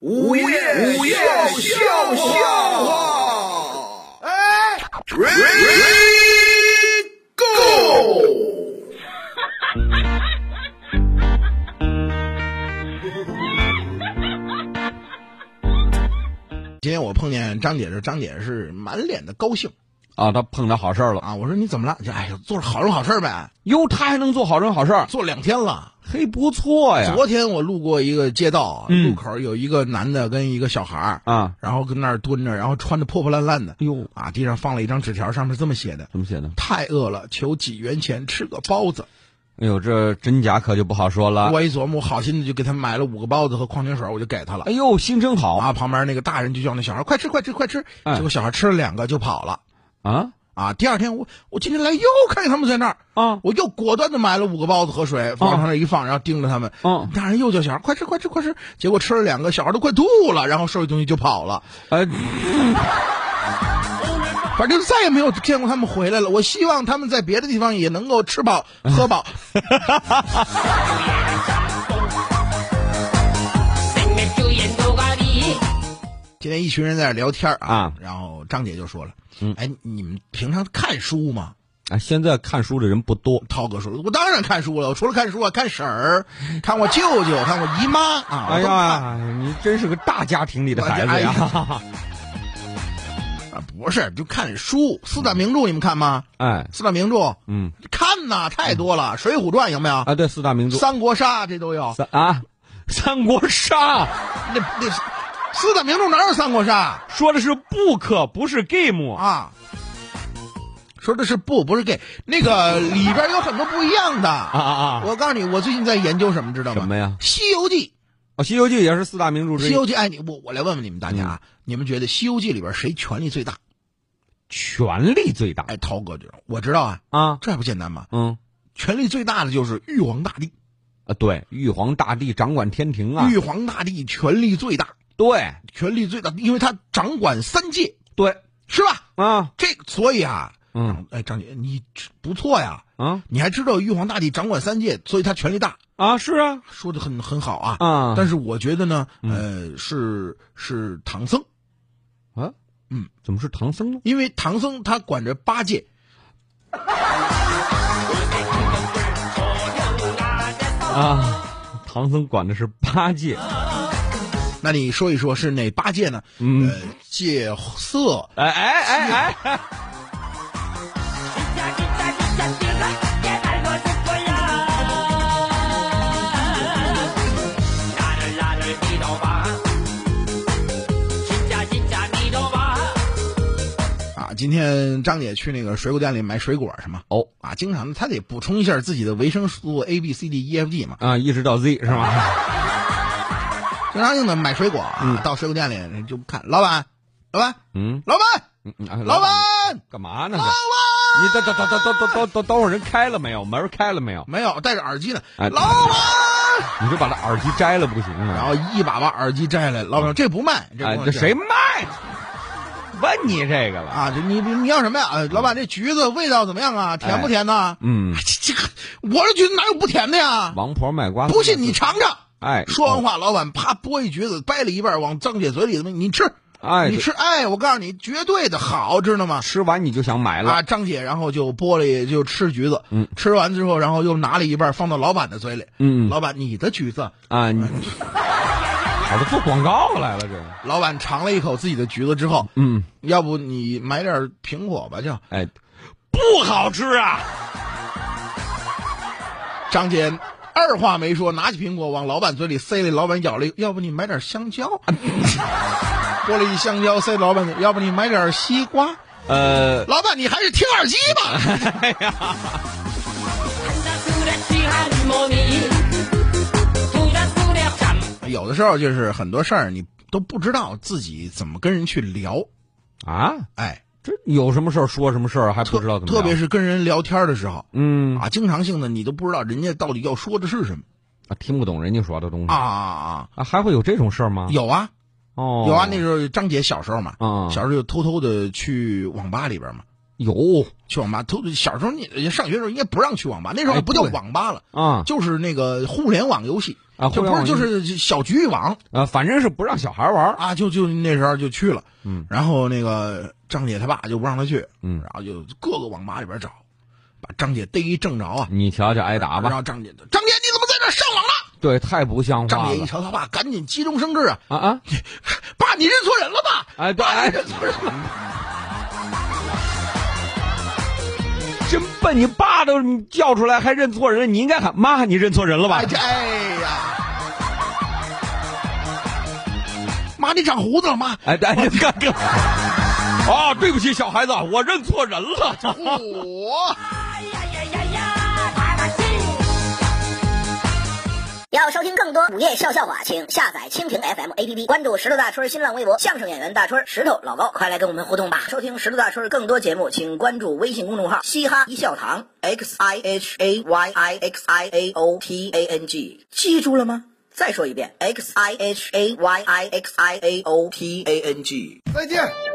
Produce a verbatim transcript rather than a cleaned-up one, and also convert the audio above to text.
午夜午夜笑笑话，哎 ，Ready Go！ 今天我碰见张姐，这张姐是满脸的高兴啊，她碰到好事了啊！我说你怎么了？哎呀，做好人好事呗。 哟，她还能做好人好事？ 做两天了， 嘿，不错呀。 昨天我路过一个街道， 嗯、 路口有一个男的跟一个小孩啊， 然后跟那儿蹲着，然后穿的破破烂烂的。 哟啊，地上放了一张纸条，上面这么写的： 怎么写的？ 太饿了，求几元钱吃个包子。 哎呦，这真假可就不好说了。 我一琢磨，好心的就给他买了五个包子和矿泉水，我就给他了。 哎呦，心真好啊！旁边那个大人就叫那小孩快吃快吃快吃， 哎、 结果小孩吃了两个就跑了。 啊啊！第二天我我今天来又看见他们在那儿啊， 我又果断的买了五个包子和水，往上那一放，然后盯着他们。 嗯， 大人又叫小孩快吃快吃快吃，结果吃了两个，小孩都快吐了，然后收拾东西就跑了。 呃。 反正再也没有见过他们回来了。我希望他们在别的地方也能够吃饱喝饱。今天一群人在那聊天啊， 啊然后张姐就说了：“ 嗯， 哎，你们平常看书吗？” 啊，现在看书的人不多。 涛哥说了：“我当然看书了，我除了看书啊，看婶儿，看我舅舅，看我姨妈啊。” 哎呀，你真是个大家庭里的孩子呀！ 啊，不是，就看书，四大名著你们看吗？ 哎， 四大名著， 嗯， 看呐，太多了，《水浒传》有没有？ 啊，对，四大名著，《 三国杀》这都有。 三啊，《三国杀》 那那四大名著哪有《三国杀》？ 说的是 book， 不是 game 啊。说的是不不是 gay， 那个里边有很多不一样的啊啊啊！ 我告诉你，我最近在研究什么，知道吗？ 什么呀？ 《西游记》 啊，《西游记》也是四大名著之一。 《西游记》哎，你我我来问问你们大家啊，嗯、你们觉得《西游记》里边谁权力最大？ 权力最大？ 哎，涛哥知道，我知道啊啊， 这还不简单吗？ 嗯， 权力最大的就是玉皇大帝啊，对，玉皇大帝掌管天庭啊， 玉皇大帝权力最大， 对， 权力最大，因为他掌管三界， 对， 是吧？ 啊， 这所以啊。 嗯， 哎，张姐，你不错呀！ 啊， 你还知道玉皇大帝掌管三界，所以他权力大啊？是啊， 说的很很好啊啊！ 但是我覺得呢， 嗯、 呃，是是唐僧啊， 嗯， 怎么是唐僧呢？ 因为唐僧他管着八戒。 啊，唐僧管的是八戒。 那你说一说是哪八戒呢？ 嗯， 呃，戒色， 哎哎哎哎。 今天张姐去那个水果店里买水果什么哦啊，经常她得补充一下自己的维生素 A B C D E F G 嘛啊，一直到 Z 是吗？ 经常性的买水果啊， 嗯、 到水果店里就看老板，老板， 嗯， 老板， 嗯啊、 老板干嘛呢？ 老板， 你等等等等等等等等会儿人开了没有？门开了没有？ 没有，戴着耳机呢。 哎、 老板， 你就把他耳机摘了不行啊？ 然后一把把耳机摘来，老板这不卖，这哎，这谁卖？问你这个了啊？这你你要什么呀？呃，老板，这橘子味道怎么样啊？甜不甜呢？ 嗯， 这这个我这橘子哪有不甜的呀？ 王婆卖瓜， 不信你尝尝。 哎， 说完话，老板啪剥一橘子，掰了一半往张姐嘴里，你吃， 哎， 你吃，哎，我告诉你，绝对的好，知道吗？ 吃完你就想买了啊！张姐然后就剥了就吃橘子， 嗯， 吃完之后，然后又拿了一半放到老板的嘴里， 嗯， 老板你的橘子啊，你。好的，做广告来了，这老板尝了一口自己的橘子之后， 嗯， 要不你买点苹果吧，就哎，不好吃啊！ 张姐二话没说，拿起苹果往老板嘴里塞了，老板咬了一，要不你买点香蕉，剥了一香蕉塞老板嘴，要不你买点西瓜， 呃， 老板你还是听耳机吧。 哎呀。 有的时候就是很多事儿你都不知道自己怎么跟人去聊啊， 哎， 这有什么事儿说什么事儿还不知道怎么聊， 特别是跟人聊天的时候， 嗯啊，经常性的你都不知道人家到底要说的是什么啊，听不懂人家说的东西啊啊啊，还会有这种事儿吗？ 有啊， 哦， 有啊，那时候张姐小时候嘛， 啊、嗯， 小时候就偷偷的去网吧里边嘛。 有去网吧偷，小时候你上学的时候应该不让去网吧，那时候不叫网吧了啊， 就是那个互联网游戏。 啊， 就不是就是小局域网啊，反正是不让小孩玩啊，就就那时候就去了， 嗯， 然后那个张姐他爸就不让他去， 嗯， 然后就各个网吧里边找，把张姐逮一正着啊， 你瞧瞧挨打吧， 然后张姐张姐你怎么在这上网了？ 对，太不像话了。 张姐一瞧他爸，赶紧急中生智啊啊啊， 爸你认错人了吧？ 哎对，哎认错人了。 真笨！你爸都叫出来还认错人，你应该喊妈，你认错人了吧？ 哎呀，妈，你长胡子了吗？ 哎，哎，干干啊！对不起，小孩子，我认错人了。 我。 要收听更多午夜笑笑话，请下载蜻蜓 F M A P P， 关注石头大春新浪微博，相声演员大春、石头老高，快来跟我们互动吧！收听石头大春更多节目，请关注微信公众号嘻哈一笑堂 X I H A Y I X I A O T A N G， 记住了吗？再说一遍 X I H A Y I X I A O T A N G。 再见。